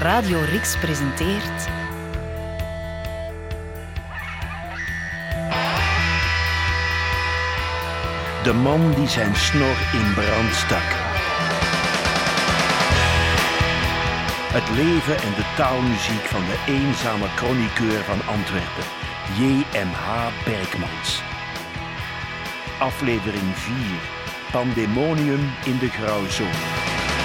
Radio Rix presenteert... De man die zijn snor in brand stak. Het leven en de taalmuziek van de eenzame chroniqueur van Antwerpen, J.M.H. Berkmans. Aflevering 4. Pandemonium in de grauwzone.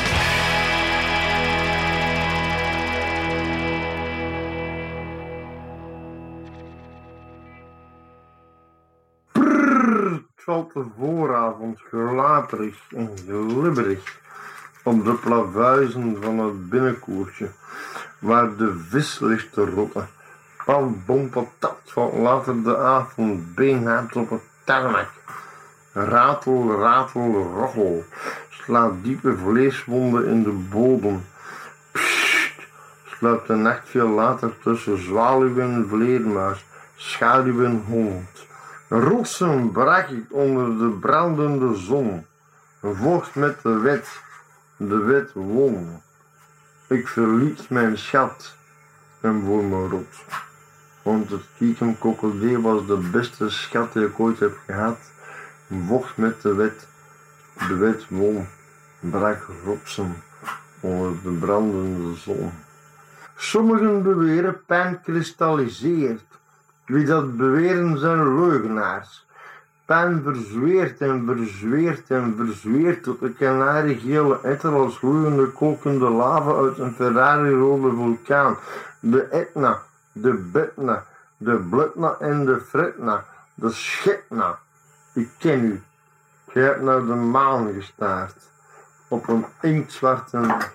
Het valt de vooravond gelaterig en glibberig op de plavuizen van het binnenkoertje, waar de vis ligt te rotten. Pam, bom, patat valt later de avond beenhard op het tarmac. Ratel, ratel, rochel, slaat diepe vleeswonden in de bodem. Pssst, sluipt de nacht veel later tussen zwaluwen, vleermuis, schaduwen, hond. Rotsen brak ik onder de brandende zon. Vocht met de wet won. Ik verliet mijn schat en voel me rot. Want het kiekemkokkeldee was de beste schat die ik ooit heb gehad. Vocht met de wet won. Brak rotsen onder de brandende zon. Sommigen beweren pijn kristalliseert. Wie dat beweren zijn leugenaars. Pijn verzweert en verzweert en verzweert tot de kanariegele etter als gloeiende kokende lava uit een Ferrari-rode vulkaan. De Etna, de Betna, de Blutna en de Fretna, de Schetna. Ik ken u. Gij hebt naar de maan gestaard. Op een inktzwarte nacht.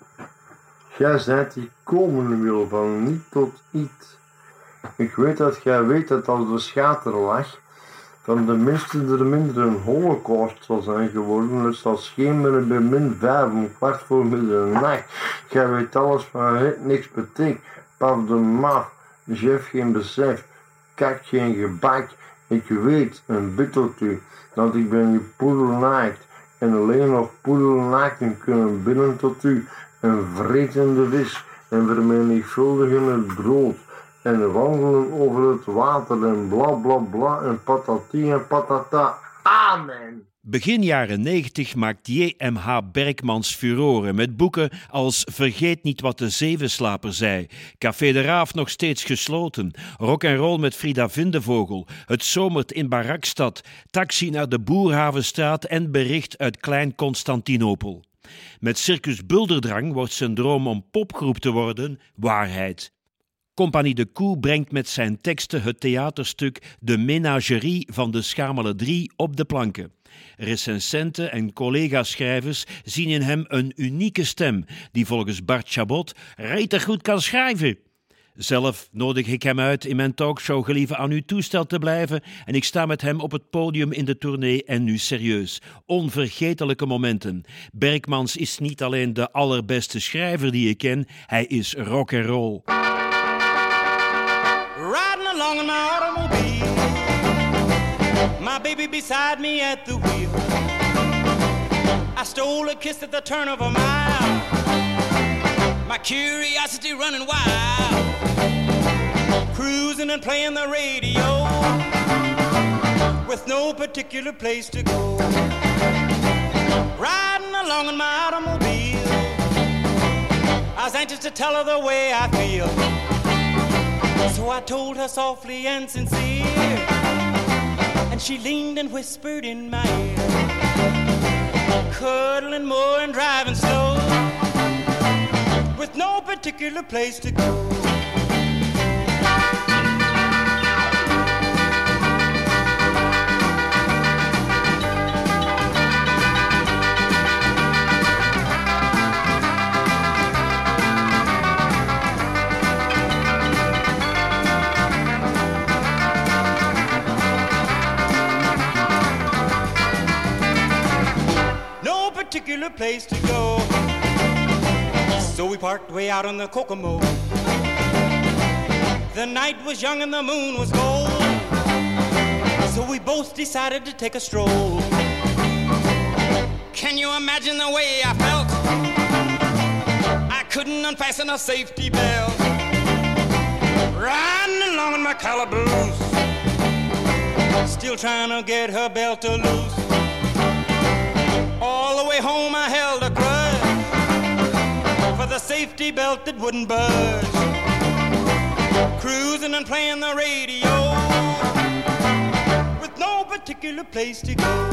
Gij zijt die komen wil van niet tot iets. Ik weet dat gij weet dat als de schaterlach van de minste der minder een holocaust zal zijn geworden, het zal schemeren bij -5, kwart voor middernacht. Gij weet alles van het niks betekent, paf de maf, chef geen besef, kak geen gebak. Ik weet en bid tot u, dat ik ben uw poedelnaakt en alleen nog poedelnaakten kunnen binnen tot u en vreten de vis en vermenigvuldigen het brood. En wandelen over het water en bla bla bla en patati en patata. Amen. Begin jaren 90 maakt J.M.H. Berkmans furoren met boeken als Vergeet niet wat de zevenslaper zei, Café de Raaf nog steeds gesloten, Rock'n'Roll met Frida Vindevogel, Het zomert in Barakstad, Taxi naar de Boerhavenstraat en Bericht uit Klein Constantinopel. Met Circus Bulderdrang wordt zijn droom om popgroep te worden waarheid. Compagnie de Koe brengt met zijn teksten het theaterstuk De Menagerie van de Schamele 3 op de planken. Recensenten en collega-schrijvers zien in hem een unieke stem die volgens Bart Chabot rete goed kan schrijven. Zelf nodig ik hem uit in mijn talkshow Gelieve aan uw toestel te blijven en ik sta met hem op het podium in de tournee En Nu Serieus. Onvergetelijke momenten. Berkmans is niet alleen de allerbeste schrijver die ik ken, hij is rock'n'roll. Riding along in my automobile, my baby beside me at the wheel. I stole a kiss at the turn of a mile, my curiosity running wild. Cruising and playing the radio, with no particular place to go. Riding along in my automobile, I was anxious to tell her the way I feel. So I told her softly and sincere, and she leaned and whispered in my ear, cuddling more and driving slow, with no particular place to go. Particular place to go. So we parked way out on the Kokomo. The night was young and the moon was gold, so we both decided to take a stroll. Can you imagine the way I felt? I couldn't unfasten a safety belt. Riding along in my calaboose, still trying to get her belt to loose. All the way home I held a grudge for the safety belt that wouldn't budge. Cruising and playing the radio with no particular place to go.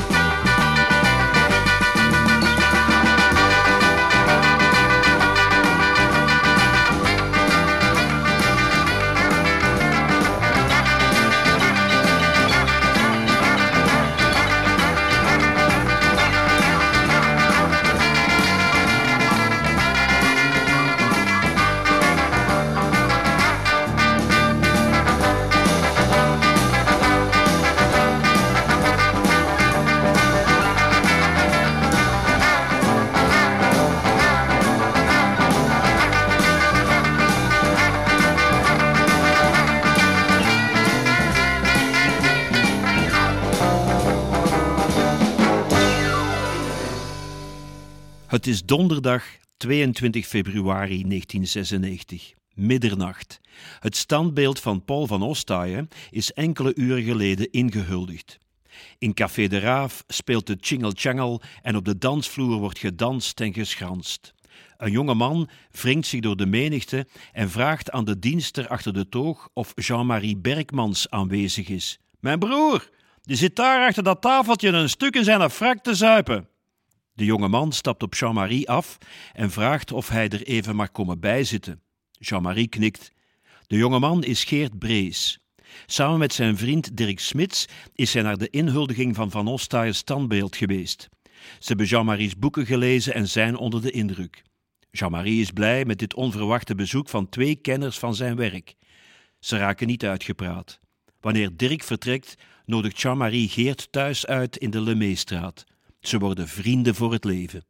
Het is donderdag 22 februari 1996, middernacht. Het standbeeld van Paul van Ostaaien is enkele uren geleden ingehuldigd. In Café de Raaf speelt de Tjingel-tjangel en op de dansvloer wordt gedanst en geschranst. Een jonge man wringt zich door de menigte en vraagt aan de dienster achter de toog of Jean-Marie Berkmans aanwezig is. Mijn broer, die zit daar achter dat tafeltje een stuk in zijn frak te zuipen. De jonge man stapt op Jean-Marie af en vraagt of hij er even mag komen bijzitten. Jean-Marie knikt. De jonge man is Geert Brees. Samen met zijn vriend Dirk Smits is hij naar de inhuldiging van Van Ostaaien standbeeld geweest. Ze hebben Jean-Marie's boeken gelezen en zijn onder de indruk. Jean-Marie is blij met dit onverwachte bezoek van 2 kenners van zijn werk. Ze raken niet uitgepraat. Wanneer Dirk vertrekt, nodigt Jean-Marie Geert thuis uit in de Lemeestraat. Ze worden vrienden voor het leven.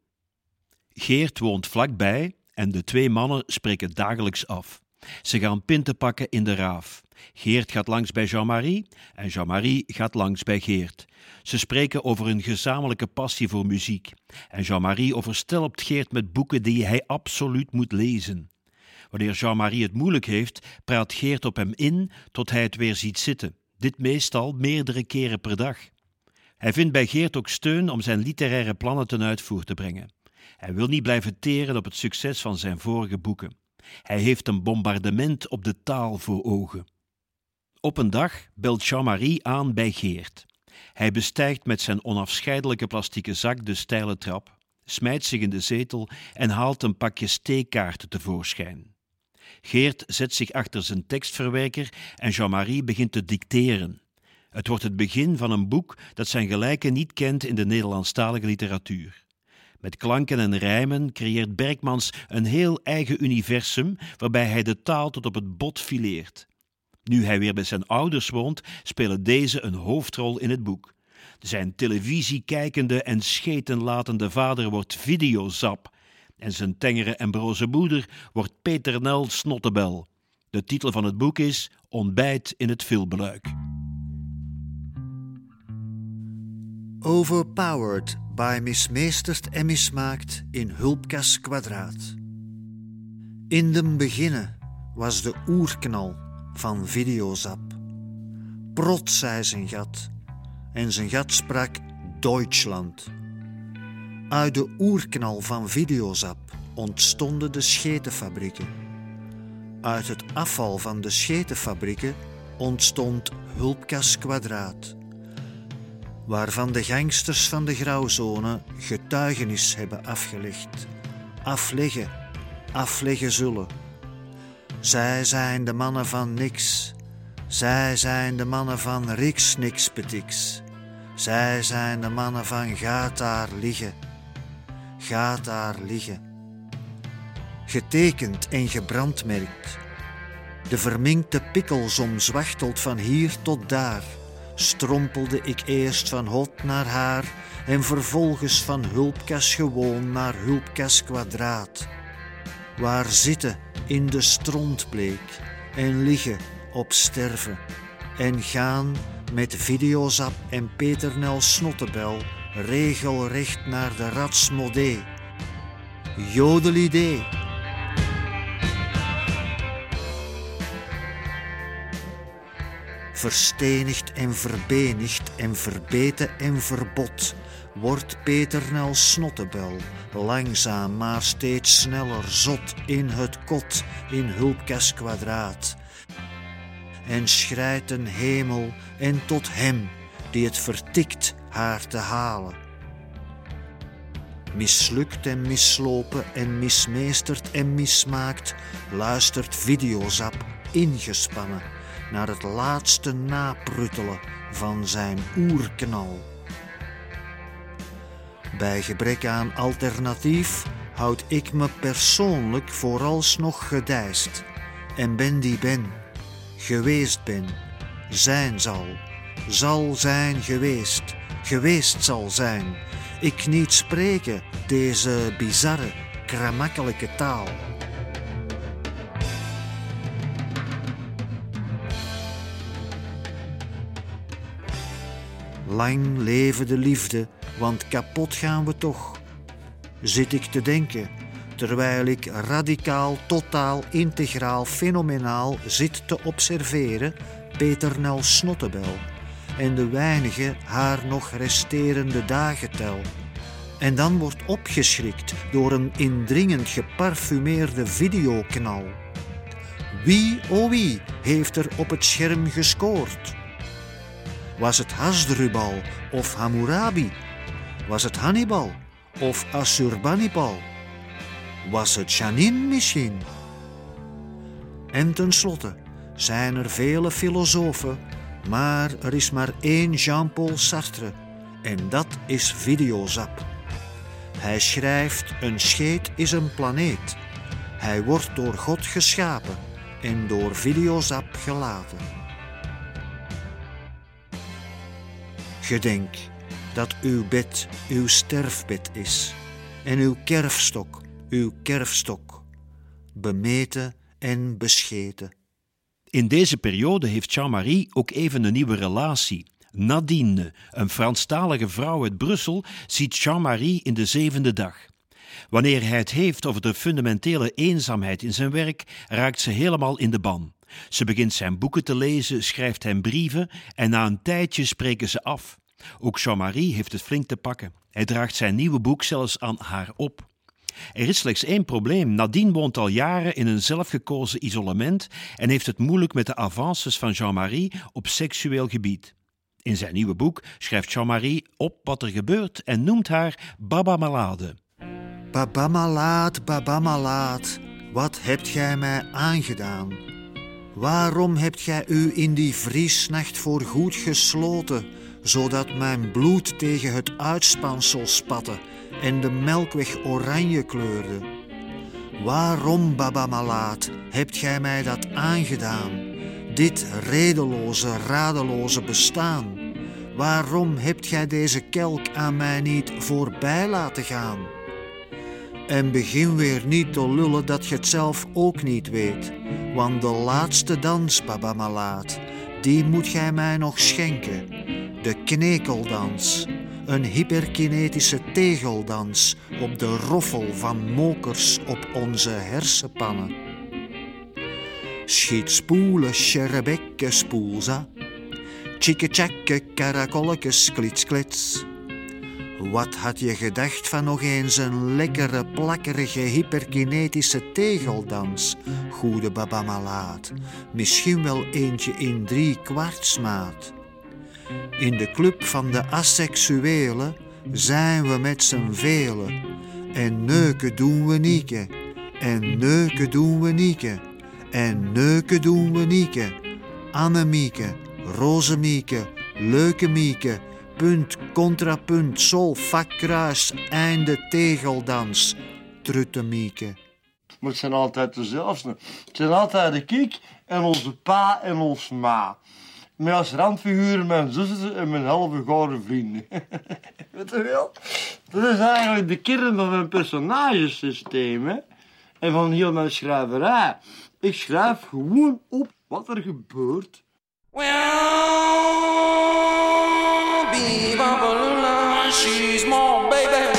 Geert woont vlakbij en de 2 mannen spreken dagelijks af. Ze gaan pinten pakken in de Raaf. Geert gaat langs bij Jean-Marie en Jean-Marie gaat langs bij Geert. Ze spreken over hun gezamenlijke passie voor muziek. En Jean-Marie overstelpt Geert met boeken die hij absoluut moet lezen. Wanneer Jean-Marie het moeilijk heeft, praat Geert op hem in tot hij het weer ziet zitten. Dit meestal meerdere keren per dag. Hij vindt bij Geert ook steun om zijn literaire plannen ten uitvoer te brengen. Hij wil niet blijven teren op het succes van zijn vorige boeken. Hij heeft een bombardement op de taal voor ogen. Op een dag belt Jean-Marie aan bij Geert. Hij bestijgt met zijn onafscheidelijke plastieke zak de steile trap, smijt zich in de zetel en haalt een pakje steekkaarten tevoorschijn. Geert zet zich achter zijn tekstverwerker en Jean-Marie begint te dicteren. Het wordt het begin van een boek dat zijn gelijke niet kent in de Nederlandstalige literatuur. Met klanken en rijmen creëert Berkmans een heel eigen universum waarbij hij de taal tot op het bot fileert. Nu hij weer bij zijn ouders woont, spelen deze een hoofdrol in het boek. Zijn televisiekijkende en schetenlatende vader wordt videozap en zijn tengere en broze moeder wordt Peternel Snottebel. De titel van het boek is Ontbijt in het Vilbeluik. Overpowered by mismeesterd en mismaakt in Hulpkas kwadraat. In den beginne was de oerknal van videozap. Prot zei zijn gat en zijn gat sprak Duitsland. Uit de oerknal van videozap ontstonden de schetenfabrieken. Uit het afval van de schetenfabrieken ontstond Hulpkas kwadraat, waarvan de gangsters van de grauwzone getuigenis hebben afgelegd. Afleggen zullen. Zij zijn de mannen van niks. Zij zijn de mannen van Riks niks petiks. Zij zijn de mannen van gaat daar liggen. Gaat daar liggen. Getekend en gebrandmerkt. De verminkte pikkelsom zwachtelt van hier tot daar. Strompelde ik eerst van hot naar haar en vervolgens van Hulpkas gewoon naar Hulpkas kwadraat. Waar zitten in de strontbleek en liggen op sterven en gaan met videozap en Peternel Snottebel regelrecht naar de Ratsmodee. Jodelidee. verstenigd en verbenigd en verbeten en verbod, wordt Peter Nel Snottebel langzaam maar steeds sneller zot in het kot in Hulpkast Kwadraat. En schrijdt ten hemel en tot hem die het vertikt haar te halen. Mislukt en mislopen en mismeesterd en mismaakt, luistert Videozap ingespannen naar het laatste napruttelen van zijn oerknal. Bij gebrek aan alternatief houd ik me persoonlijk vooralsnog gedijst en ben die ben, geweest ben, zijn zal zijn geweest, geweest zal zijn. Ik niet spreken deze bizarre, kramakkelijke taal. Lang leven de liefde, want kapot gaan we toch. Zit ik te denken, terwijl ik radicaal, totaal, integraal, fenomenaal zit te observeren Peter Nel Snottebel en de weinige haar nog resterende dagen tel. En dan wordt opgeschrikt door een indringend geparfumeerde videoknal. Wie, oh wie, heeft er op het scherm gescoord? Was het Hasdrubal of Hammurabi? Was het Hannibal of Assurbanipal? Was het Janine misschien? En tenslotte zijn er vele filosofen, maar er is maar één Jean-Paul Sartre en dat is Videozap. Hij schrijft: een scheet is een planeet. Hij wordt door God geschapen en door Videozap gelaten. Gedenk dat uw bed uw sterfbed is en uw kerfstok, bemeten en bescheten. In deze periode heeft Jean-Marie ook even een nieuwe relatie. Nadine, een Franstalige vrouw uit Brussel, ziet Jean-Marie in de 7e dag. Wanneer hij het heeft over de fundamentele eenzaamheid in zijn werk, raakt ze helemaal in de ban. Ze begint zijn boeken te lezen, schrijft hem brieven en na een tijdje spreken ze af. Ook Jean-Marie heeft het flink te pakken. Hij draagt zijn nieuwe boek zelfs aan haar op. Er is slechts één probleem. Nadine woont al jaren in een zelfgekozen isolement en heeft het moeilijk met de avances van Jean-Marie op seksueel gebied. In zijn nieuwe boek schrijft Jean-Marie op wat er gebeurt en noemt haar Baba Malade. Baba Malaat, wat hebt gij mij aangedaan? Waarom hebt gij u in die vriesnacht voorgoed gesloten, zodat mijn bloed tegen het uitspansel spatte en de melkweg oranje kleurde? Waarom, Baba Malaat, hebt gij mij dat aangedaan? Dit redeloze, radeloze bestaan. Waarom hebt gij deze kelk aan mij niet voorbij laten gaan? En begin weer niet te lullen dat je het zelf ook niet weet. Want de laatste dans, Baba Malaat, die moet gij mij nog schenken. De knekeldans. Een hyperkinetische tegeldans op de roffel van mokers op onze hersenpannen. Schiet spoelen, scherbekke spoelza. Tjikke-tjakke, karakollekes, klits-klits. Wat had je gedacht van nog eens een lekkere, plakkerige, hyperkinetische tegeldans, goede Baba Malaat? Misschien wel eentje in 3/4 maat. In de club van de asseksuelen zijn we met z'n velen. En neuken doen we nieke, en neuken doen we nieke, en neuken doen we nieke. Annemieke, Rozemieke, Leukemieke, punt, contrapunt, sol, vak, kruis, einde, tegeldans, Truttemieke. Maar het zijn altijd dezelfde. Het zijn altijd de kik en onze pa en ons ma. Met als randfiguren mijn zussen en mijn halve gouden vrienden. Weet je wel? Dat is eigenlijk de kern van mijn personagesysteem, hè? En van heel mijn schrijverij. Ik schrijf gewoon op wat er gebeurt. She's more baby.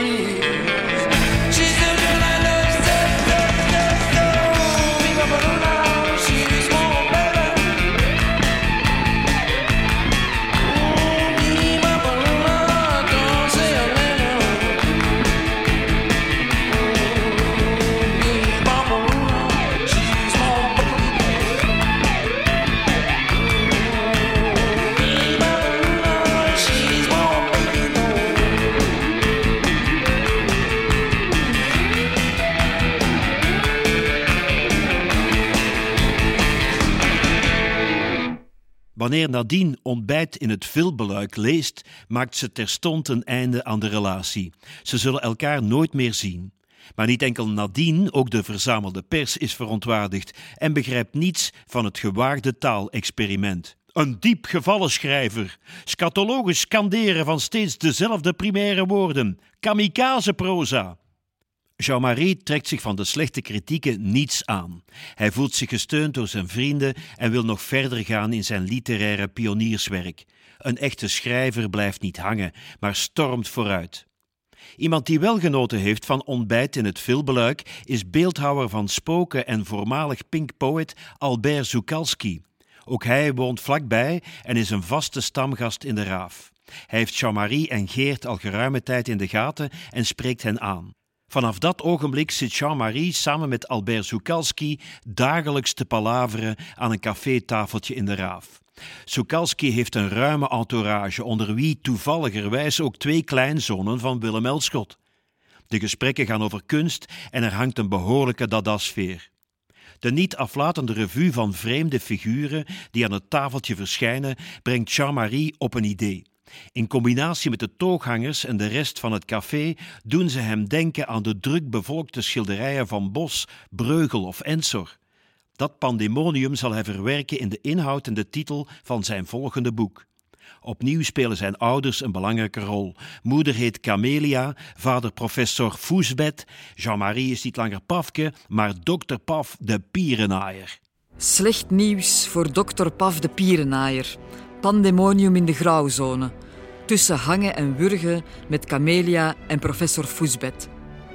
breeze. She's the girl I love, so, be my balloon, she's more baby. Ooh, be my balloon, don't say a little. Ooh, be my balloon, she's more baby. Be my balloon, she's more baby. Wanneer Nadine Ontbijt in het Vilbeluik leest, maakt ze terstond een einde aan de relatie. Ze zullen elkaar nooit meer zien. Maar niet enkel Nadine, ook de verzamelde pers is verontwaardigd en begrijpt niets van het gewaagde taalexperiment. Een diep gevallen schrijver. Scatologisch scanderen van steeds dezelfde primaire woorden. Kamikaze-proza. Jean-Marie trekt zich van de slechte kritieken niets aan. Hij voelt zich gesteund door zijn vrienden en wil nog verder gaan in zijn literaire pionierswerk. Een echte schrijver blijft niet hangen, maar stormt vooruit. Iemand die wel genoten heeft van Ontbijt in het Vilbeluik is beeldhouwer van spoken en voormalig Pink Poet Albert Żukalski. Ook hij woont vlakbij en is een vaste stamgast in de Raaf. Hij heeft Jean-Marie en Geert al geruime tijd in de gaten en spreekt hen aan. Vanaf dat ogenblik zit Jean-Marie samen met Albert Żukalski dagelijks te palaveren aan een cafétafeltje in de Raaf. Żukalski heeft een ruime entourage, onder wie toevalligerwijs ook 2 kleinzonen van Willem Elschot. De gesprekken gaan over kunst en er hangt een behoorlijke dada-sfeer. De niet aflatende revue van vreemde figuren die aan het tafeltje verschijnen, brengt Jean-Marie op een idee. In combinatie met de tooghangers en de rest van het café doen ze hem denken aan de druk bevolkte schilderijen van Bos, Breugel of Ensor. Dat pandemonium zal hij verwerken in de inhoud en de titel van zijn volgende boek. Opnieuw spelen zijn ouders een belangrijke rol. Moeder heet Camelia, vader professor Foesbed. Jean-Marie is niet langer Pafke, maar dokter Paf de Pierenaaier. Slecht nieuws voor dokter Paf de Pierenaaier. Pandemonium in de grauwzone. Tussen hangen en wurgen met Camelia en professor Foesbed.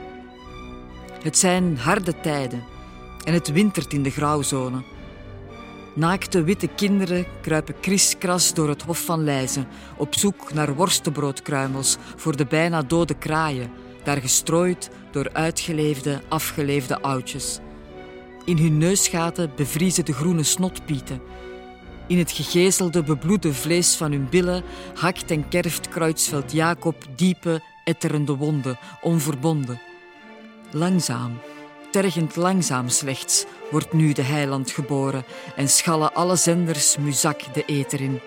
Het zijn harde tijden en het wintert in de grauwzone. Naakte witte kinderen kruipen kriskras door het Hof van Leijzen op zoek naar worstenbroodkruimels voor de bijna dode kraaien, daar gestrooid door uitgeleefde, afgeleefde oudjes. In hun neusgaten bevriezen de groene snotpieten. In het gegezelde, bebloede vlees van hun billen hakt en kerft Kreutzfeldt Jacob diepe, etterende wonden, onverbonden. Langzaam, tergend langzaam slechts, wordt nu de heiland geboren en schallen alle zenders muzak de eter in.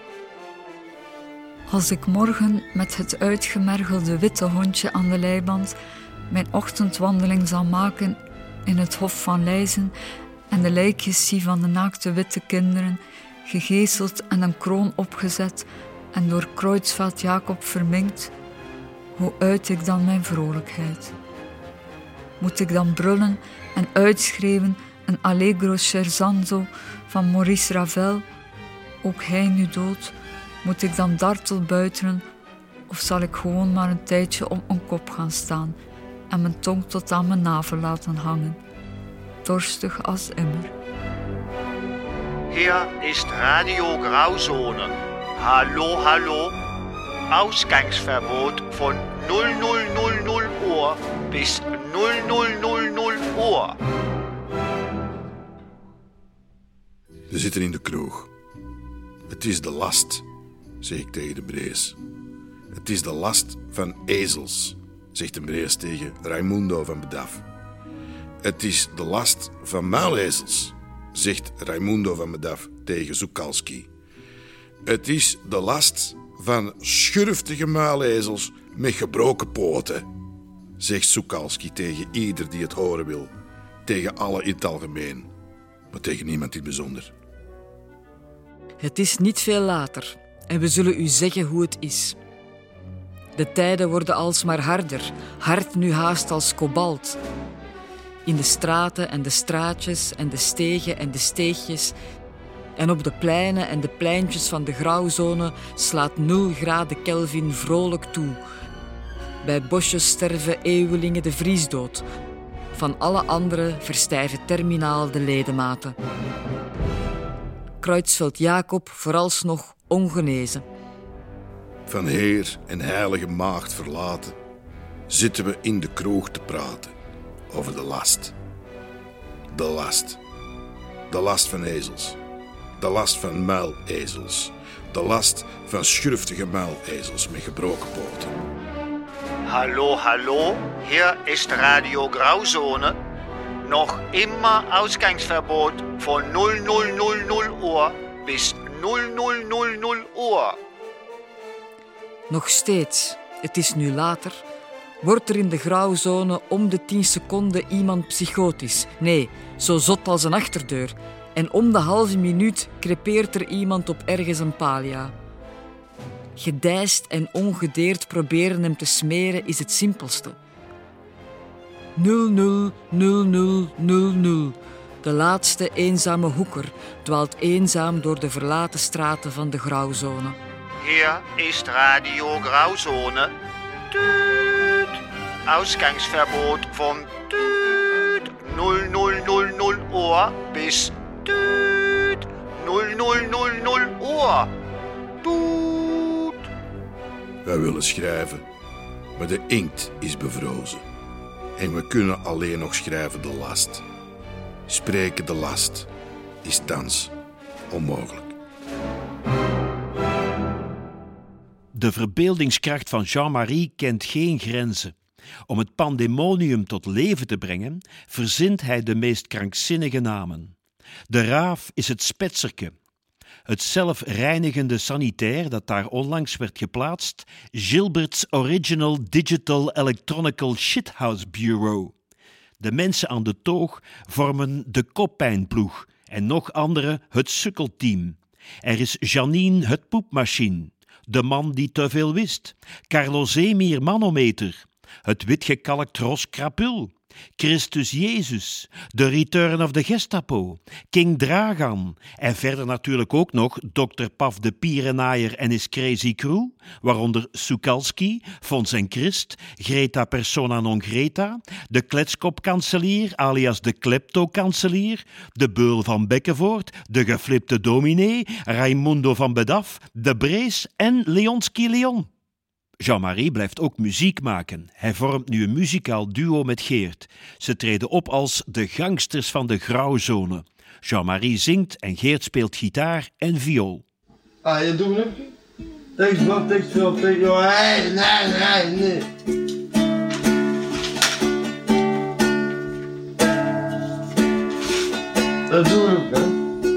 Als ik morgen met het uitgemergelde witte hondje aan de leiband mijn ochtendwandeling zal maken in het Hof van Leijzen en de lijkjes zie van de naakte witte kinderen, gegezeld en een kroon opgezet en door Kreutzfeldt Jacob verminkt, hoe uit ik dan mijn vrolijkheid? Moet ik dan brullen en uitschreeuwen een Allegro scherzando van Maurice Ravel, ook hij nu dood? Moet ik dan dartelbuiteren of zal ik gewoon maar een tijdje op mijn kop gaan staan en mijn tong tot aan mijn navel laten hangen, dorstig als immer? Hier ist Radio Grauzone. Hallo, hallo. Ausgangsverbot von 0000 Uhr bis 0000 Uhr. We zitten in de kroeg. Het is de last, zeg ik tegen de Brees. Het is de last van ezels, zegt de Brees tegen Raimundo van Bedaf. Het is de last van muilezels, zegt Raimundo van Bedaf tegen Żukalski. Het is de last van schurftige muilezels met gebroken poten, zegt Żukalski tegen ieder die het horen wil. Tegen allen in het algemeen, maar tegen niemand in het bijzonder. Het is niet veel later en we zullen u zeggen hoe het is. De tijden worden alsmaar harder, hard nu haast als kobalt. In de straten en de straatjes en de stegen en de steegjes en op de pleinen en de pleintjes van de grauwzone slaat 0 graden Kelvin vrolijk toe. Bij bosjes sterven eeuwelingen de vriesdood. Van alle anderen verstijven terminaal de ledematen. Creutzfeldt Jacob vooralsnog ongenezen. Van Heer en Heilige Maagd verlaten, zitten we in de kroeg te praten over de last. De last. De last van ezels. De last van muilezels. De last van schurftige muilezels met gebroken poten. Hallo, hallo, hier ist Radio Grauzone. Noch immer Ausgangsverbot von 0000 Uhr bis 0000 Uhr. Nog steeds, het is nu later, wordt er in de grauwzone om de 10 seconden iemand psychotisch. Nee, zo zot als een achterdeur. En om de halve minuut crepeert er iemand op ergens een palia. Gedijst en ongedeerd proberen hem te smeren is het simpelste. 000000. De laatste eenzame hoeker dwaalt eenzaam door de verlaten straten van de grauwzone. Hier ist Radio Grauzone. Tüt. Ausgangsverbot von tüt 0000 Uhr bis tüt 0000 Uhr. Toet. Wij willen schrijven, maar de inkt is bevrozen. En we kunnen alleen nog schrijven de last. Spreken de last is thans onmogelijk. De verbeeldingskracht van Jean-Marie kent geen grenzen. Om het pandemonium tot leven te brengen, verzint hij de meest krankzinnige namen. De raaf is het spetserke. Het zelfreinigende sanitair dat daar onlangs werd geplaatst, Gilbert's Original Digital Electronical Shithouse Bureau. De mensen aan de toog vormen de koppijnploeg en nog anderen het sukkelteam. Er is Janine het poepmachine, de man die te veel wist, Carlos Emir manometer, het witgekalkt Ros Krapul, Christus Jezus, The Return of the Gestapo, King Dragan en verder natuurlijk ook nog Dr. Paf de Pierenaaier en his Crazy Crew, waaronder Sukalski, Fons en Christ, Greta Persona non Greta, de kletskopkanselier alias de kleptokanselier, de beul van Bekkevoort, de geflipte dominee, Raimundo van Bedaf, de Brees en Leonski Leon. Jean-Marie blijft ook muziek maken. Hij vormt nu een muzikaal duo met Geert. Ze treden op als de gangsters van de grauwzone. Jean-Marie zingt en Geert speelt gitaar en viool. Je doet het. Tekst van tekst van tekst. Nee. Dat doe ik, hè.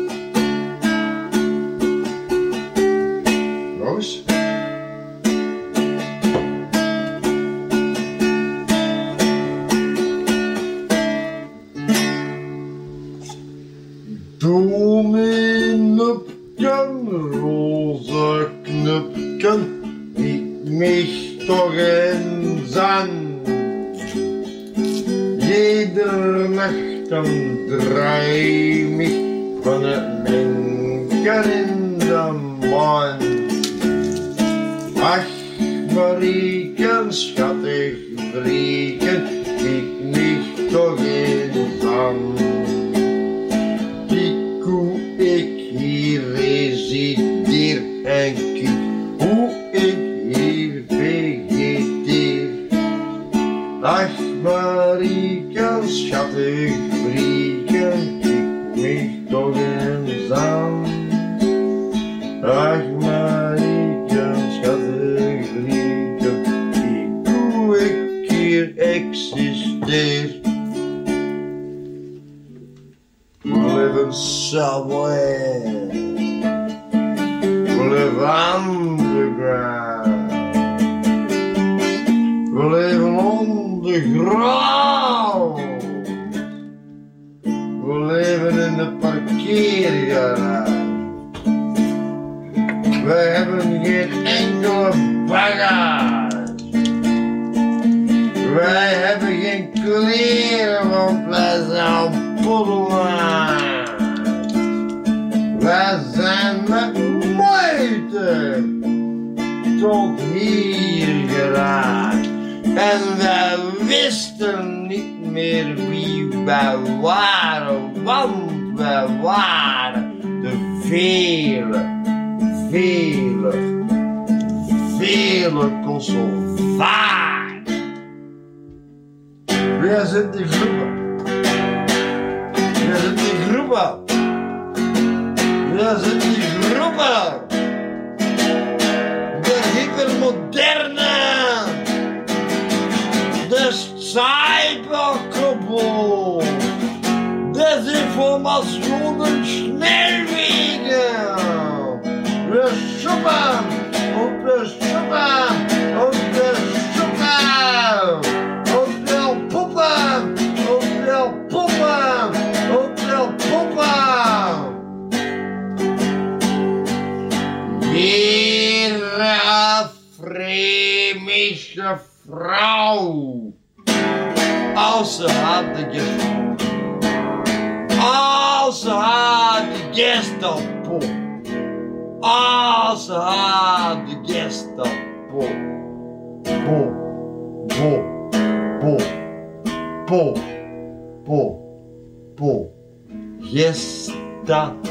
Roos? Dominupken, roze knupken, liet mich toch eens aan. Jede Nacht dan draai mich van het denken in de maan. Ach, Marieken, schattig vrieken, ik mich toch eens aan. Resideer en kijk hoe ik hier vegeteer. Ach, Marieke, schattig vrieken, kijk mich toch eens aan. Ach, Marieke, schattig vrieken, kijk hoe ik hier existeer. Living somewhere. We live underground. We live on the ground. We live in de parkeergarage. Wij hebben geen enkele bagage. Wij hebben geen kleren van Plaza Poddelmaat. Wij zijn met moeite tot hier geraakt. En wij wisten niet meer wie wij waren, want wij waren de vele conservaar. Wie zijn die groepen? Wie zijn die groepen? De hypermoderne, de cyberkoppel, desinformationen snelwegen. We shoppen, op de shoppen, op de shoppen, op de poppen, op de poppen, op de poppen. Iedere vreemde vrouw, als ze had de Gestapo, als ze had de Gestapo, Gestapo.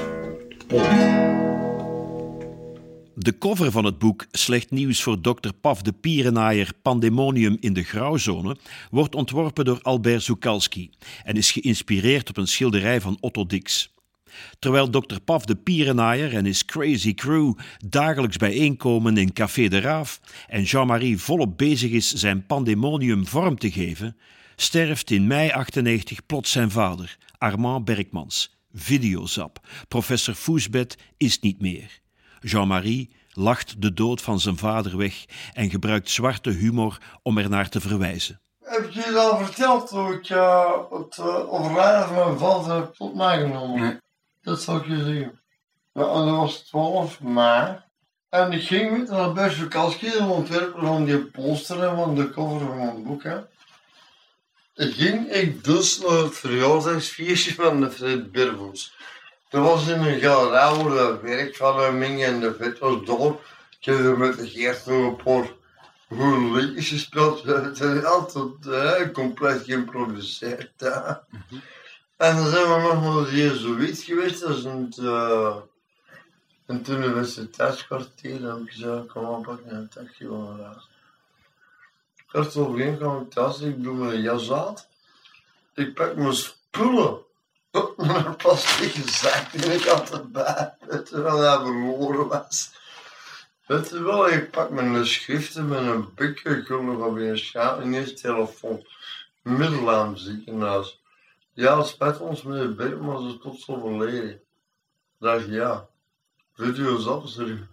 De cover van het boek Slecht nieuws voor Dr. Paf de Pierenaaier, Pandemonium in de grauwzone wordt ontworpen door Albert Zukalski en is geïnspireerd op een schilderij van Otto Dix. Terwijl Dr. Paf de Pierenaaier en his crazy crew dagelijks bijeenkomen in Café de Raaf en Jean-Marie volop bezig is zijn pandemonium vorm te geven, sterft in mei 98 plots zijn vader, Armand Berkmans. Videozap. Professor Foesbed is niet meer. Jean-Marie lacht de dood van zijn vader weg en gebruikt zwarte humor om er naar te verwijzen. Heb ik je al verteld hoe ik het overlijden van mijn vader heb tot mij genomen? Nee. Dat zal ik je zeggen. Ja, en dat was 12 mei. En ik ging met naar Albert Zukalski, de ontwerper van die poster van de cover van mijn boek. Hè. Ging ik dus naar het verjaardagsfeestje van de Fred Bervoets. Dat was in een galerij waar dat werk van hem hing en de vet was door. Ik heb er met de Geert nog een paar goede liedjes gespeeld. Het is altijd compleet geïmproviseerd. En dan zijn we nog naar de Jezuïet geweest, dat is in het universiteitskwartier. Dan heb ik gezegd, kom op, pak een taxi van huis. Kort overheen kwam ik thuis, ik doe mijn jas uit. Ik pak mijn spullen. Mijn plastieke zak die ik altijd bij, terwijl hij verloren was. Weet je wel, ik pak mijn schriften met een beker, ik kom nog op een schaam en eerst telefoon. Middellaan ziekenhuis. Ja, het spijt ons meneer Berkmans, is tot zo overleden. Ik dacht, ja, videozap is er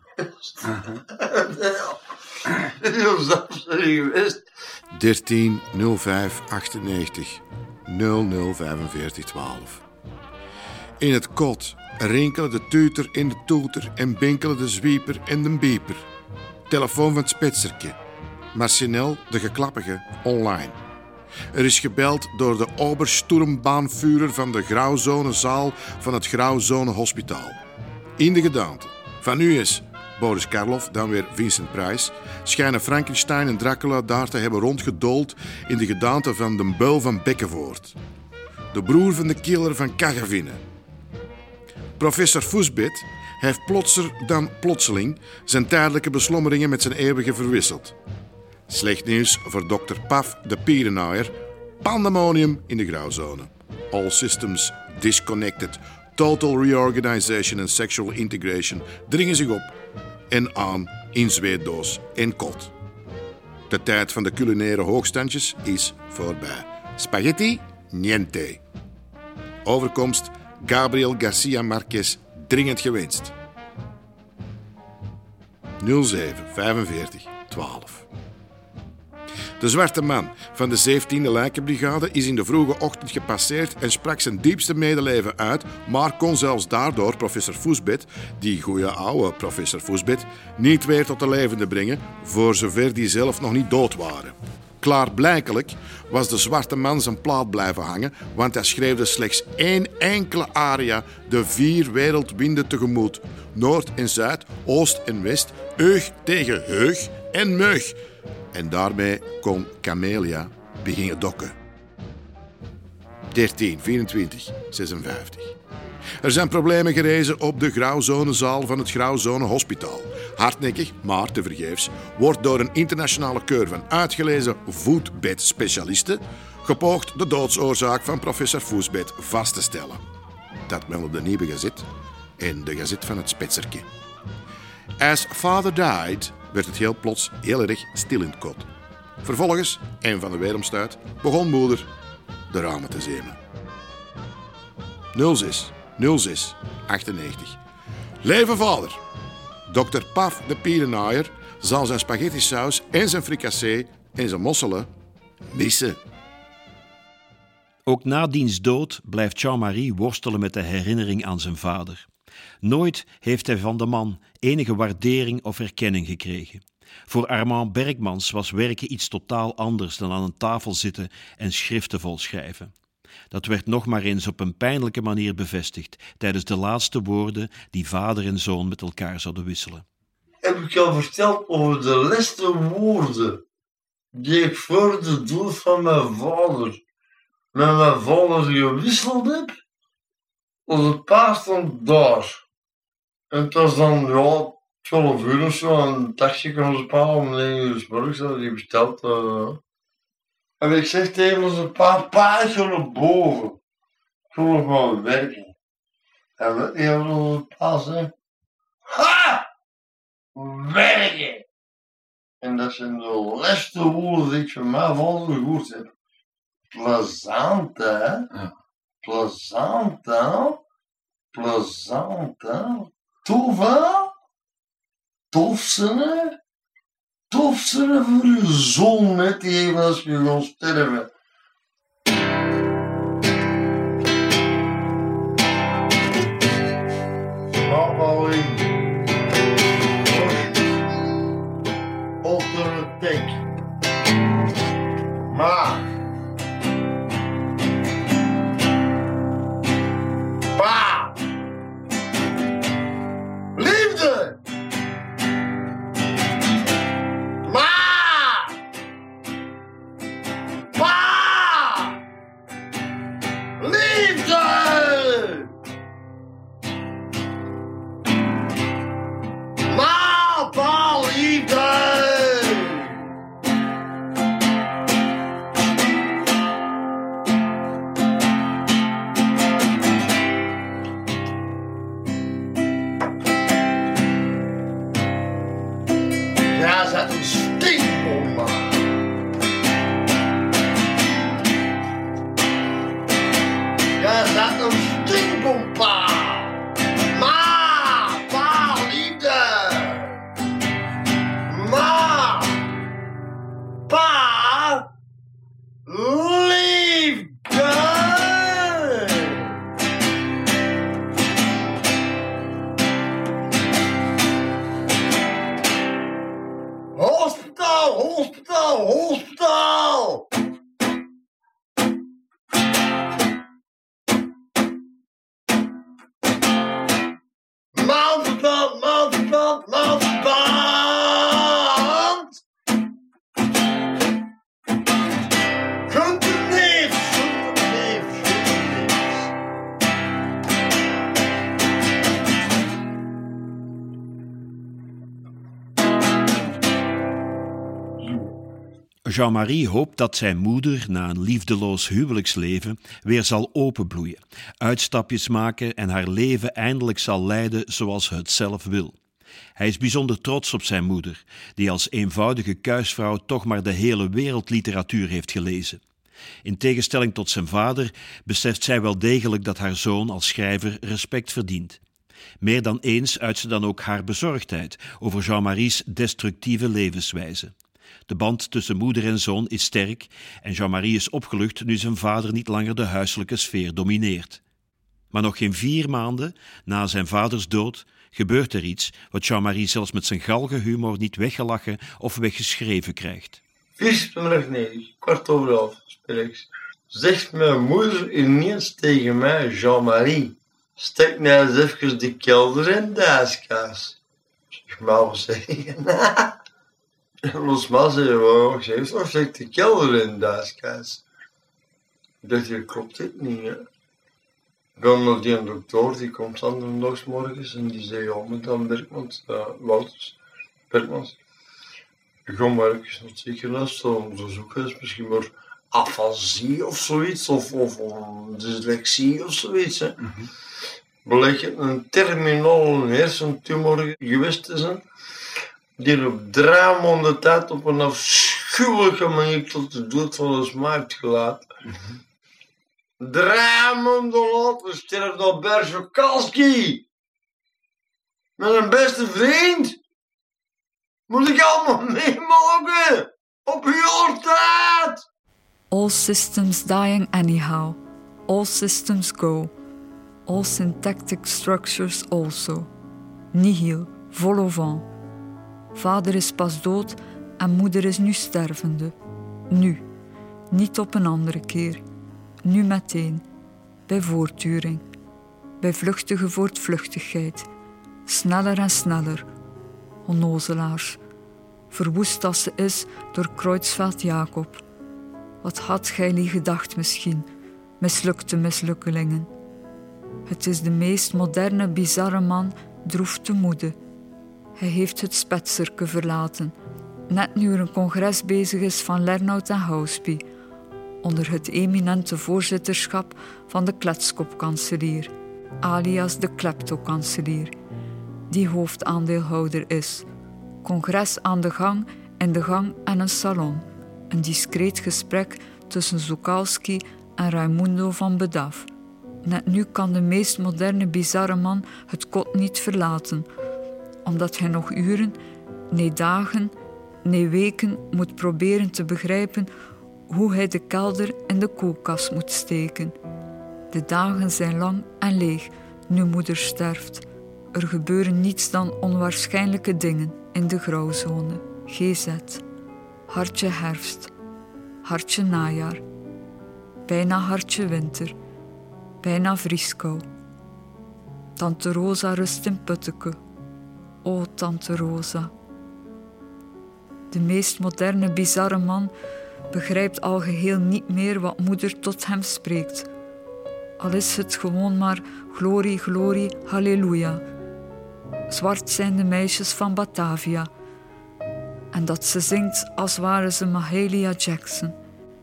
videozap is er geweest. 13.05.98 00.45.12. In het kot rinkelen de tuter en de toeter en binkelen de zwieper en de bieper. Telefoon van het spitserke. Marcinel, de geklappige, online. Er is gebeld door de Obersturmbahnführer van de grauwzonezaal van het Grauwzonehospitaal. In de gedaante van nu is Boris Karloff, dan weer Vincent Price, schijnen Frankenstein en Dracula daar te hebben rondgedold in de gedaante van de beul van Bekkenvoort. De broer van de killer van Kagavine. Professor Foesbed heeft plotser dan plotseling zijn tijdelijke beslommeringen met zijn eeuwige verwisseld. Slecht nieuws voor Dr. Paf de Pierenaaier. Pandemonium in de grauwzone. All systems disconnected. Total reorganization en sexual integration dringen zich op en aan in zweetdoos en kot. De tijd van de culinaire hoogstandjes is voorbij. Spaghetti, niente. Overkomst Gabriel Garcia Marquez dringend gewenst. 07 45 12. De zwarte man van de 17e lijkenbrigade is in de vroege ochtend gepasseerd en sprak zijn diepste medeleven uit, maar kon zelfs daardoor professor Foesbed, die goeie oude professor Foesbed, niet weer tot de levende brengen, voor zover die zelf nog niet dood waren. Klaarblijkelijk was de zwarte man zijn plaat blijven hangen, want hij schreef slechts één enkele aria de 4 wereldwinden tegemoet. Noord en zuid, oost en west, eug tegen heug en meug. En daarmee kon Camelia beginnen dokken. 13, 24, 56. Er zijn problemen gerezen op de grauwzonezaal van het Grauwzone Hospitaal. Hardnekkig, maar tevergeefs, wordt door een internationale keur van uitgelezen voetbedspecialisten gepoogd de doodsoorzaak van professor Foesbed vast te stellen. Dat meldde de Nieuwe Gazet en de Gazet van het Spetserke. As father died, werd het heel plots heel erg stil in het kot. Vervolgens, en van de weeromstuit, begon moeder de ramen te zemen. 06 98. Leven vader! Dokter Paf de Pierenaaier zal zijn spaghettisaus en zijn fricassee en zijn mosselen missen. Ook na diens dood blijft Jean-Marie worstelen met de herinnering aan zijn vader. Nooit heeft hij van de man enige waardering of erkenning gekregen. Voor Armand Berkmans was werken iets totaal anders dan aan een tafel zitten en schriften volschrijven. Dat werd nog maar eens op een pijnlijke manier bevestigd tijdens de laatste woorden die vader en zoon met elkaar zouden wisselen. Heb ik al verteld over de laatste woorden die ik voor de dood van mijn vader met mijn vader gewisseld heb? Onze pa stond daar. En het was dan, 12 uur of zo, en een taxi kwam onze pa om 9 uur 's morgens, had hij besteld. En ik zeg tegen onze pa, ik ga naar boven. Ik wil nog maar werken. En weet je wat onze pa zei? Ha! Werken! En dat zijn de laatste woorden die ik van mijn vader gehoord heb. Plezant, hè? Ja. Plezant, hè? Plezant, hè? Tof, hè? Tof zijn, hè? Tof zijn voor je zoon, net die even als je gaat sterven. Mama, Alternatek. Ma. Pa. Liefde. Ma. Pa. Liefde. Ma, pa, liefde. Ja, zat een stinkbom, man. Ja, zat een stinkbom, pa. Ma, pa, liefde. Ma, pa, liefde. Hospitaal, hospitaal, hospitaal! Maandverband, maandverband, maandverband! Gunther Neefs, Gunther Neefs, Gunther Neefs. Jean-Marie hoopt dat zijn moeder na een liefdeloos huwelijksleven weer zal openbloeien, uitstapjes maken en haar leven eindelijk zal leiden zoals ze het zelf wil. Hij is bijzonder trots op zijn moeder, die als eenvoudige kuisvrouw toch maar de hele wereldliteratuur heeft gelezen. In tegenstelling tot zijn vader beseft zij wel degelijk dat haar zoon als schrijver respect verdient. Meer dan eens uit ze dan ook haar bezorgdheid over Jean-Marie's destructieve levenswijze. De band tussen moeder en zoon is sterk en Jean-Marie is opgelucht nu zijn vader niet langer de huiselijke sfeer domineert. Maar nog geen 4 maanden na zijn vaders dood gebeurt er iets wat Jean-Marie zelfs met zijn galgenhumor niet weggelachen of weggeschreven krijgt. 4:09, 11:15, spreeks. Zegt mijn moeder ineens tegen mij, Jean-Marie, stek nou eens even de kelder in de ijskaas. Zeg maar zeggen. En ons ma zei, wat zeg je, of zegt de kelder in de kaas? Ik dacht, dat klopt dit niet, hè. Ik ga naar die dokter, die komt zondags morgens en die zei, ja, madame Berkmans, Wouters, Berkmans, ik ga maar even naar het ziekenhuis, zo onderzoeken, is misschien maar afasie of zoiets, of dyslexie of zoiets, hè. Blijkt een terminale hersentumor geweest te zijn, die op 3 maanden tijd op een afschuwelijke manier tot de dood van ons ma heeft gelaten. 3 maanden later sterft Albert Jokalski. Met een beste vriend. Moet ik allemaal meemaken? Op uw tijd! All systems dying anyhow. All systems go. All syntactic structures also. Nihil, vol au vent. Vader is pas dood en moeder is nu stervende. Nu, niet op een andere keer. Nu meteen, bij voortduring. Bij vluchtige voortvluchtigheid. Sneller en sneller. Onnozelaars. Verwoest als ze is door Kreutzfeldt Jacob. Wat had gij gedacht misschien, mislukte mislukkelingen. Het is de meest moderne, bizarre man, droef te moede. Hij heeft het spetserke verlaten, net nu er een congres bezig is van Lernout en Houspie, onder het eminente voorzitterschap van de kletskopkanselier, alias de kleptokanselier, die hoofdaandeelhouder is. Congres aan de gang, in de gang en een salon. Een discreet gesprek tussen Zukalski en Raimundo van Bedaf. Net nu kan de meest moderne, bizarre man het kot niet verlaten, omdat hij nog uren, nee dagen, nee weken moet proberen te begrijpen hoe hij de kelder in de koelkast moet steken. De dagen zijn lang en leeg, nu moeder sterft. Er gebeuren niets dan onwaarschijnlijke dingen in de grauwzone. GZ. Hartje herfst. Hartje najaar. Bijna hartje winter. Bijna vrieskou. Tante Rosa rust in Putteke. O, tante Rosa. De meest moderne, bizarre man begrijpt al geheel niet meer wat moeder tot hem spreekt. Al is het gewoon maar glorie, glorie, halleluja. Zwart zijn de meisjes van Batavia. En dat ze zingt als waren ze Mahalia Jackson.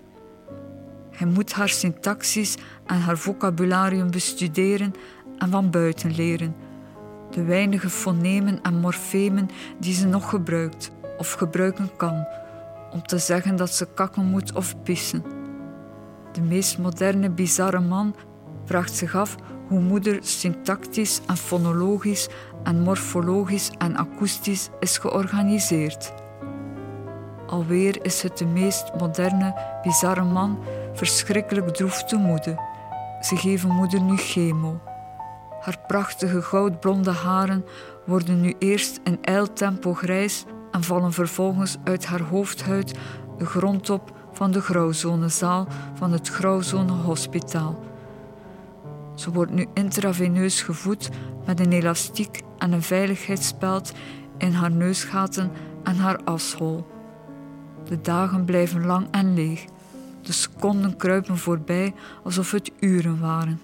Hij moet haar syntaxis en haar vocabularium bestuderen en van buiten leren. De weinige fonemen en morfemen die ze nog gebruikt of gebruiken kan, om te zeggen dat ze kakken moet of pissen. De meest moderne, bizarre man vraagt zich af hoe moeder syntactisch en fonologisch en morfologisch en akoestisch is georganiseerd. Alweer is het de meest moderne, bizarre man verschrikkelijk droef te moede. Ze geven moeder nu chemo. Haar prachtige goudblonde haren worden nu eerst in ijltempo grijs en vallen vervolgens uit haar hoofdhuid de grond op van de grauwzonezaal van het grauwzonehospitaal. Ze wordt nu intraveneus gevoed met een elastiek en een veiligheidsspeld in haar neusgaten en haar ashol. De dagen blijven lang en leeg. De seconden kruipen voorbij alsof het uren waren.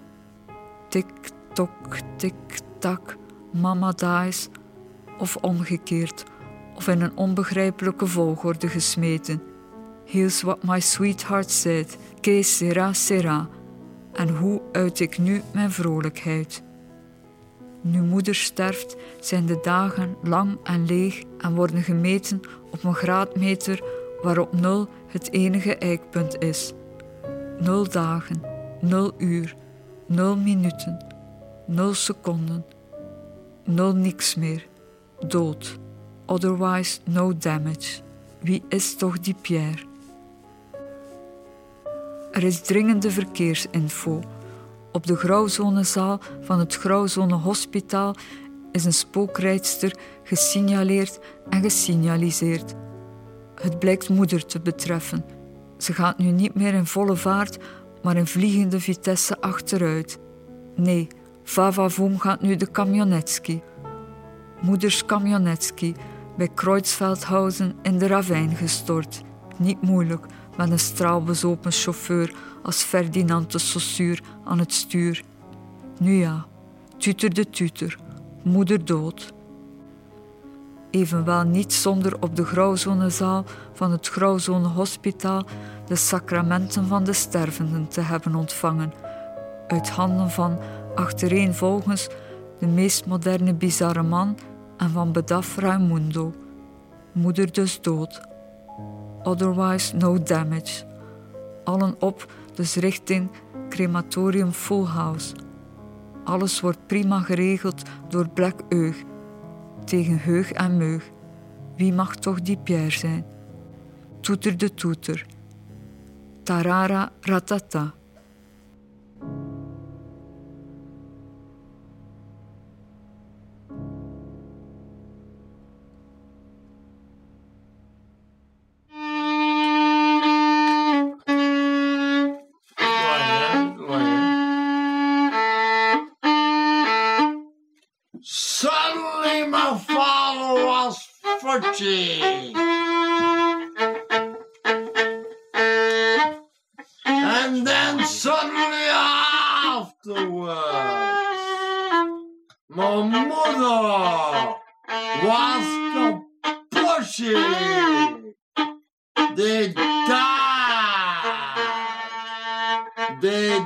Tik-tok, tik-tak, mama dies. Of omgekeerd, of in een onbegrijpelijke volgorde gesmeten. Here's what my sweetheart said, que sera, sera. En hoe uit ik nu mijn vrolijkheid? Nu moeder sterft, zijn de dagen lang en leeg en worden gemeten op een graadmeter waarop 0 het enige eikpunt is. 0 dagen, 0 uur, 0 minuten, 0 seconden, 0 niks meer, dood. Otherwise no damage. Wie is toch die Pierre? Er is dringende verkeersinfo. Op de grauwzonezaal van het grauwzonehospitaal is een spookrijdster gesignaleerd en gesignaliseerd. Het blijkt moeder te betreffen. Ze gaat nu niet meer in volle vaart, maar in vliegende vitesse achteruit. Nee, vavavoom gaat nu de camionetski. Moeders camionetski, bij Kreutzfeldhausen in de ravijn gestort. Niet moeilijk, met een straalbezopen chauffeur als Ferdinand de Saussure aan het stuur. Nu ja, tuter de tuter, moeder dood. Evenwel niet zonder op de grauwzonezaal van het grauwzonehospitaal de sacramenten van de stervenden te hebben ontvangen, uit handen van achtereenvolgens de meest moderne bizarre man en van bedaf Raimundo. Moeder dus dood. Otherwise no damage. Allen op, dus richting crematorium Full House. Alles wordt prima geregeld door Black Eug. Tegen heug en meug. Wie mag toch die Pierre zijn? Toeter de toeter. Tarara ratata. Suddenly my father was 40. And then suddenly afterwards, my mother was kaputje. They died. They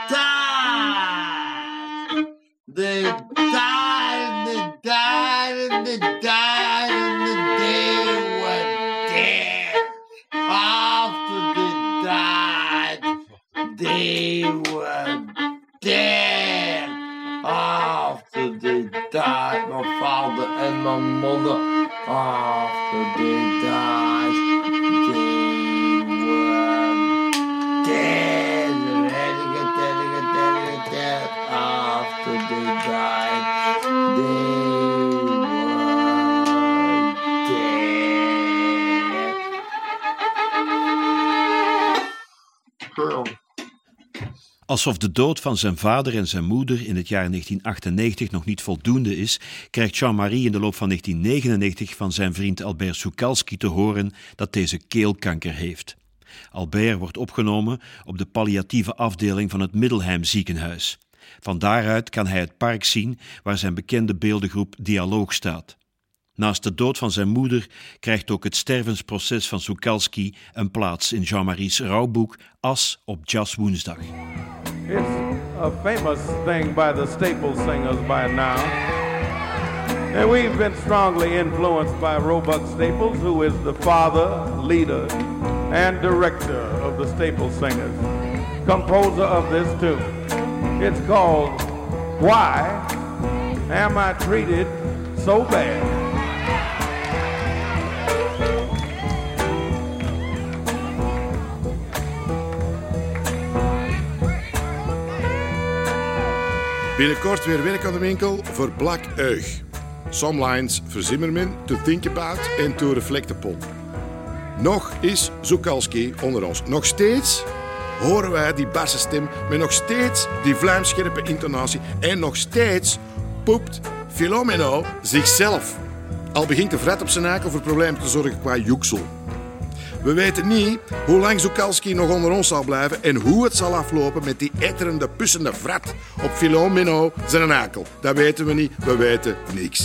died. They died, they died, and they died, and they were dead. After they died, they were dead. After they died, my father and my mother, after they died, they were dead. Dead. After they died, they were dead. Alsof de dood van zijn vader en zijn moeder in het jaar 1998 nog niet voldoende is, krijgt Jean-Marie in de loop van 1999 van zijn vriend Albert Sukalski te horen dat deze keelkanker heeft. Albert wordt opgenomen op de palliatieve afdeling van het Middelheim ziekenhuis. Van daaruit kan hij het park zien waar zijn bekende beeldengroep Dialoog staat. Naast de dood van zijn moeder krijgt ook het stervensproces van Sukalski een plaats in Jean-Marie's rouwboek As op Jaswoensdag. It's a famous thing by the Staple Singers by now. And we've been strongly influenced by Roebuck Staples, who is the father, leader, and director of the Staple Singers, composer of this tune. It's called Why Am I Treated So Bad? Binnenkort weer werk aan de winkel voor Black Eug. Some lines for Zimmerman to think about and to reflect upon. Nog is Sukalski onder ons. Nog steeds horen wij die barse stem met nog steeds die vlijmscherpe intonatie en nog steeds poept Philomeno zichzelf. Al begint de vrat op zijn eikel voor problemen te zorgen qua joeksel. We weten niet hoe lang Sukalski nog onder ons zal blijven en hoe het zal aflopen met die etterende, pussende vrat op Philomeno zijn eikel. Dat weten we niet, we weten niks.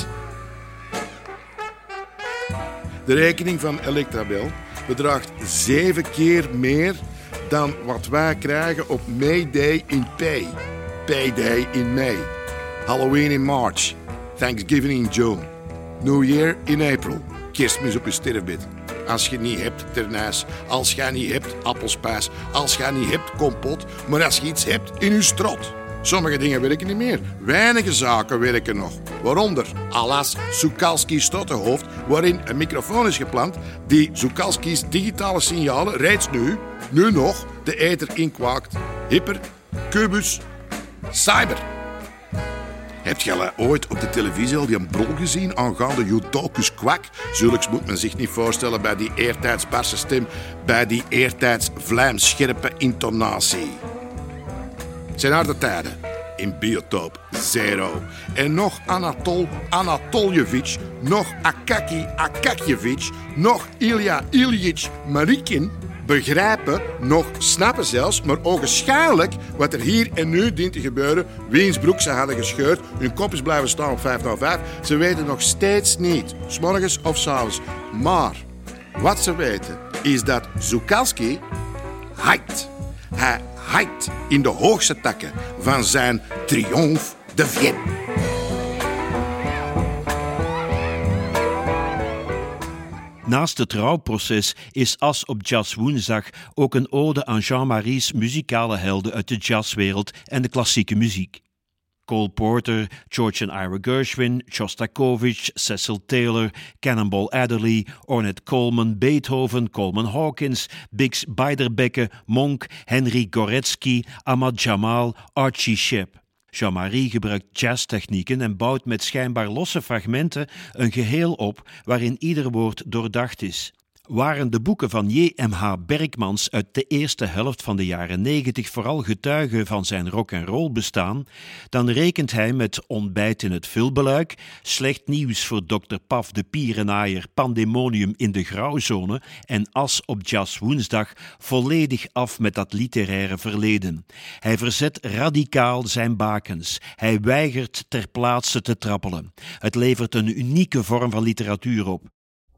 De rekening van Electrabel bedraagt 7 keer meer dan wat wij krijgen op May Day in Pay. Payday in May. Halloween in March. Thanksgiving in June. New Year in April. Kerstmis op je sterfbed. Als je niet hebt ternijs, als je niet hebt appelspijs, als je niet hebt kompot, maar als je iets hebt in je strot. Sommige dingen werken niet meer. Weinige zaken werken nog. Waaronder alas Sukalski's strottenhoofd, waarin een microfoon is geplant die Sukalski's digitale signalen reeds nu nog, de ether inkwaakt. Hyper, kubus, cyber. Heb je ooit op de televisie al die een brol gezien aangaande Judokus kwak? Zulks moet men zich niet voorstellen bij die eertijds barse stem, bij die eertijds vlijmscherpe intonatie. Het zijn harde tijden. in Biotoop Zero. En nog Anatol Anatoljevic, nog Akaki Akakjevic, nog Ilja Iljitsch Marikin begrijpen, nog snappen zelfs, maar ogenschijnlijk wat er hier en nu dient te gebeuren. Wiens broek ze hadden gescheurd, hun kop is blijven staan op 5:05. Ze weten nog steeds niet, 's morgens of 's avonds. Maar wat ze weten is dat Zukalski hijgt. Hij hijgt in de hoogste takken van zijn Triomphe de Vienne. Naast het rouwproces is As op Jazzwoensdag ook een ode aan Jean-Marie's muzikale helden uit de jazzwereld en de klassieke muziek. Cole Porter, George and Ira Gershwin, Shostakovich, Cecil Taylor, Cannonball Adderley, Ornette Coleman, Beethoven, Coleman Hawkins, Bix Beiderbecke, Monk, Henry Goretzky, Ahmad Jamal, Archie Shepp. Jean-Marie gebruikt jazztechnieken en bouwt met schijnbaar losse fragmenten een geheel op waarin ieder woord doordacht is. Waren de boeken van J.M.H. Berkmans uit de eerste helft van de jaren 90 vooral getuigen van zijn rock'n'roll bestaan, dan rekent hij met Ontbijt in het Vulbeluik, Slecht nieuws voor Dr. Paf de Pierenaaier, Pandemonium in de Grauwzone en As op Jazzwoensdag volledig af met dat literaire verleden. Hij verzet radicaal zijn bakens. Hij weigert ter plaatse te trappelen. Het levert een unieke vorm van literatuur op.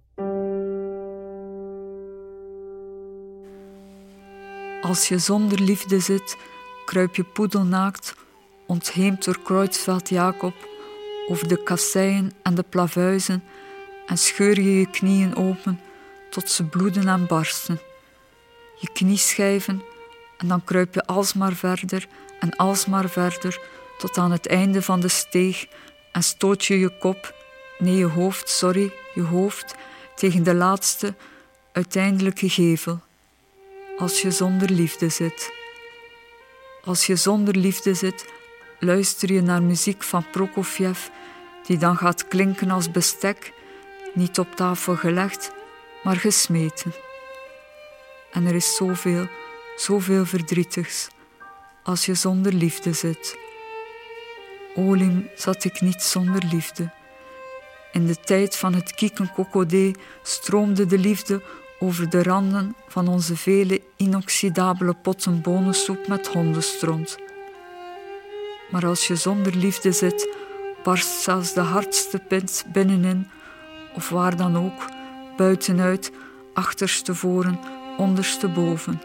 Als je zonder liefde zit, kruip je poedelnaakt, ontheemd door Kreutzfeldt Jacob, over de kasseien en de plavuizen en scheur je je knieën open tot ze bloeden en barsten. Je knieschijven en dan kruip je alsmaar verder en alsmaar verder tot aan het einde van de steeg en stoot je je kop, nee je hoofd, tegen de laatste, uiteindelijke gevel. Als je zonder liefde zit. Als je zonder liefde zit, luister je naar muziek van Prokofjev, die dan gaat klinken als bestek, niet op tafel gelegd, maar gesmeten. En er is zoveel verdrietigs, als je zonder liefde zit. Olim zat ik niet zonder liefde. In de tijd van het kieken-kokodé stroomde de liefde over de randen van onze vele inoxidabele potten bonensoep met hondenstront. Maar als je zonder liefde zit, barst zelfs de hardste pint binnenin, of waar dan ook, buitenuit, achterstevoren, ondersteboven.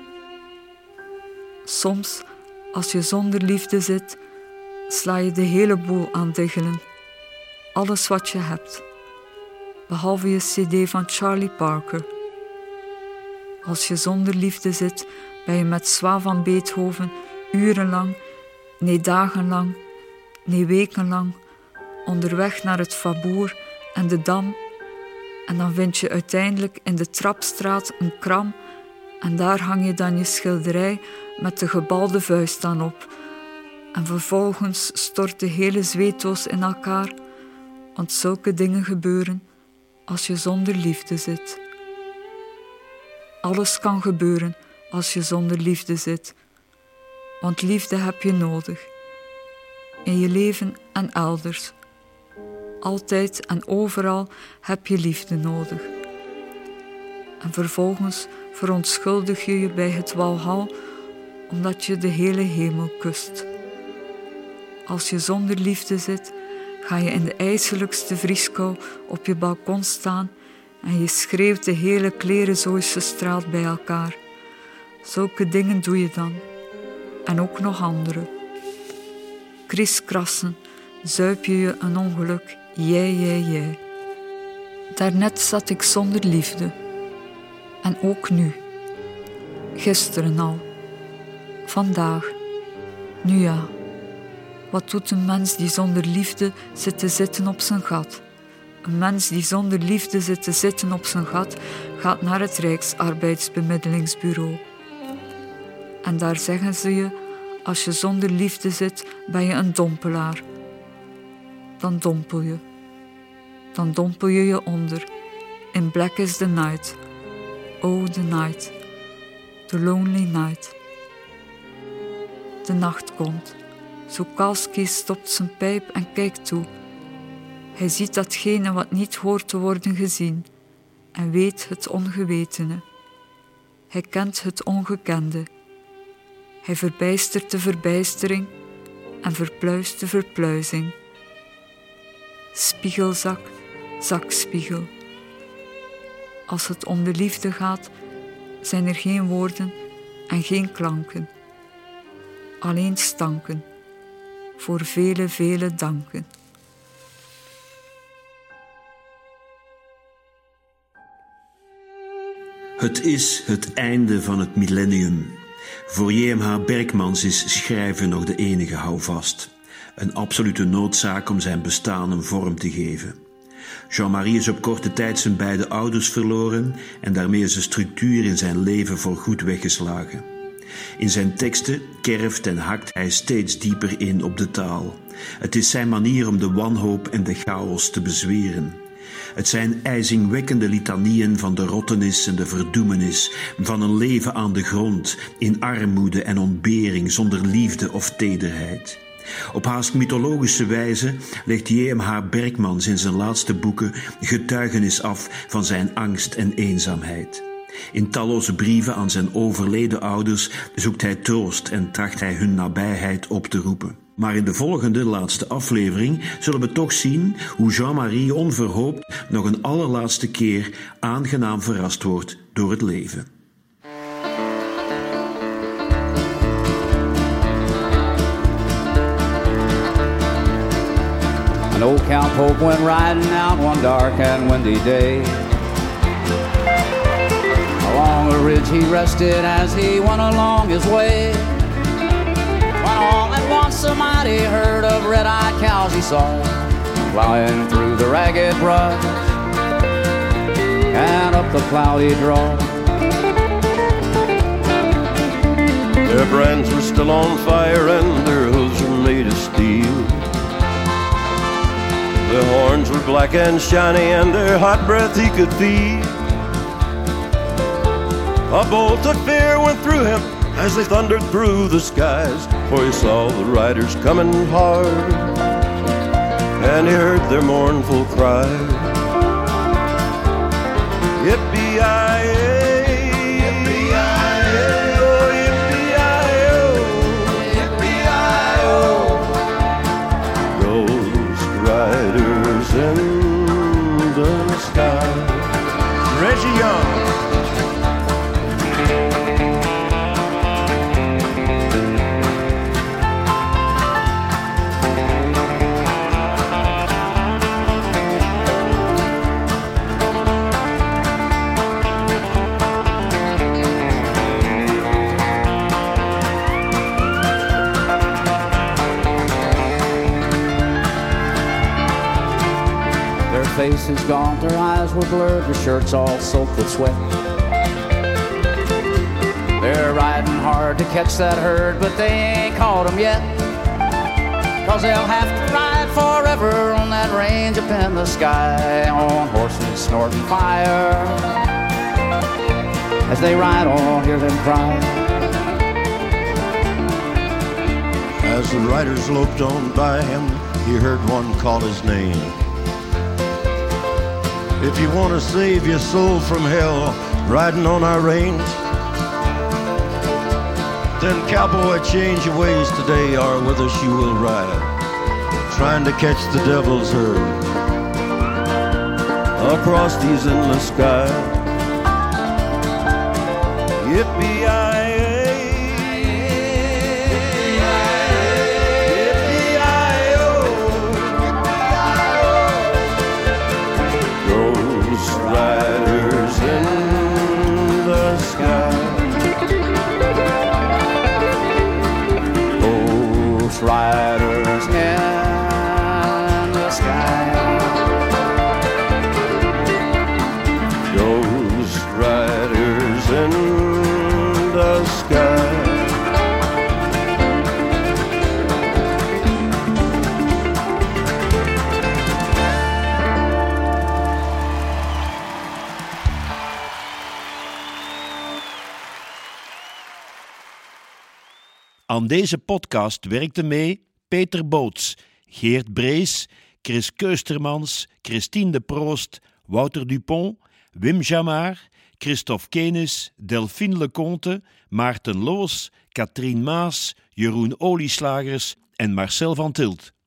Soms, als je zonder liefde zit, sla je de hele boel aan diggelen. Alles wat je hebt, behalve je cd van Charlie Parker. Als je zonder liefde zit, ben je met Zwa van Beethoven urenlang, nee dagenlang, nee wekenlang, onderweg naar het Faubourg en de Dam. En dan vind je uiteindelijk in de Trapstraat een kram en daar hang je dan je schilderij met de gebalde vuist aan op. En vervolgens stort de hele zweetdoos in elkaar, want zulke dingen gebeuren als je zonder liefde zit. Alles kan gebeuren als je zonder liefde zit, want liefde heb je nodig. In je leven en elders. Altijd en overal heb je liefde nodig. En vervolgens verontschuldig je je bij het walhal, omdat je de hele hemel kust. Als je zonder liefde zit, ga je in de ijselijkste vrieskou op je balkon staan en je schreeuwt de hele Klerenzooise straat bij elkaar. Zulke dingen doe je dan. En ook nog andere. Krieskrassen, zuip je een ongeluk, jij. Daarnet zat ik zonder liefde. En ook nu. Gisteren al. Vandaag. Nu ja. Wat doet een mens die zonder liefde zit te zitten op zijn gat? Een mens die zonder liefde zit te zitten op zijn gat, gaat naar het Rijksarbeidsbemiddelingsbureau. En daar zeggen ze je, als je zonder liefde zit, ben je een dompelaar. Dan dompel je. Dan dompel je je onder. In black is the night. Oh, the night. The lonely night. De nacht komt. Zukalski stopt zijn pijp en kijkt toe. Hij ziet datgene wat niet hoort te worden gezien en weet het ongewetene. Hij kent het ongekende. Hij verbijstert de verbijstering en verpluist de verpluizing. Spiegelzak, zakspiegel. Als het om de liefde gaat, zijn er geen woorden en geen klanken. Alleen stanken. Voor vele, vele danken. Het is het einde van het millennium. Voor J.M.H. Berkmans is schrijven nog de enige houvast. Een absolute noodzaak om zijn bestaan een vorm te geven. Jean-Marie is op korte tijd zijn beide ouders verloren en daarmee is de structuur in zijn leven voorgoed weggeslagen. In zijn teksten kerft en hakt hij steeds dieper in op de taal. Het is zijn manier om de wanhoop en de chaos te bezweren. Het zijn ijzingwekkende litanieën van de rottenis en de verdoemenis, van een leven aan de grond, in armoede en ontbering, zonder liefde of tederheid. Op haast mythologische wijze legt J.M.H. Berkmans in zijn laatste boeken getuigenis af van zijn angst en eenzaamheid. In talloze brieven aan zijn overleden ouders zoekt hij troost en tracht hij hun nabijheid op te roepen. Maar in de volgende, laatste aflevering zullen we toch zien hoe Jean-Marie onverhoopt nog een allerlaatste keer aangenaam verrast wordt door het leven. An old cowpoke went riding out one dark and windy day. Along a ridge he rested as he went along his way. When all at once a mighty herd of red-eyed cows he saw, plowing through the ragged brush and up the cloudy draw. Their brands were still on fire and their hooves were made of steel. Their horns were black and shiny and their hot breath he could feel. A bolt of fear went through him as they thundered through the skies, for he saw the riders coming hard, and he heard their mournful cry. Yippee-yi-yi, yippee-yi-yi, oh, yippee-yi-yi-oh, yippee-yi-yi-oh. Ghost riders in the sky. Reggie Young. Faces gaunt, their eyes were blurred, their shirts all soaked with sweat. They're riding hard to catch that herd, but they ain't caught 'em yet. 'Cause they'll have to ride forever on that range up in the sky, on horses snorting fire. As they ride on, hear them cry. As the riders loped on by him, he heard one call his name. If you want to save your soul from hell, riding on our range, then cowboy, change your ways today, or with us you will ride, trying to catch the devil's herd across these endless skies. Yippee-yi-yi. Riders in the sky. Ghost riders in the sky. Ghost riders in the sky. Aan deze podcast werkte mee Peter Boots, Geert Brees, Chris Keustermans, Christine de Proost, Wouter Dupont, Wim Jamard, Christophe Kenis, Delphine Leconte, Maarten Loos, Katrien Maas, Jeroen Olieslagers en Marcel van Tilt.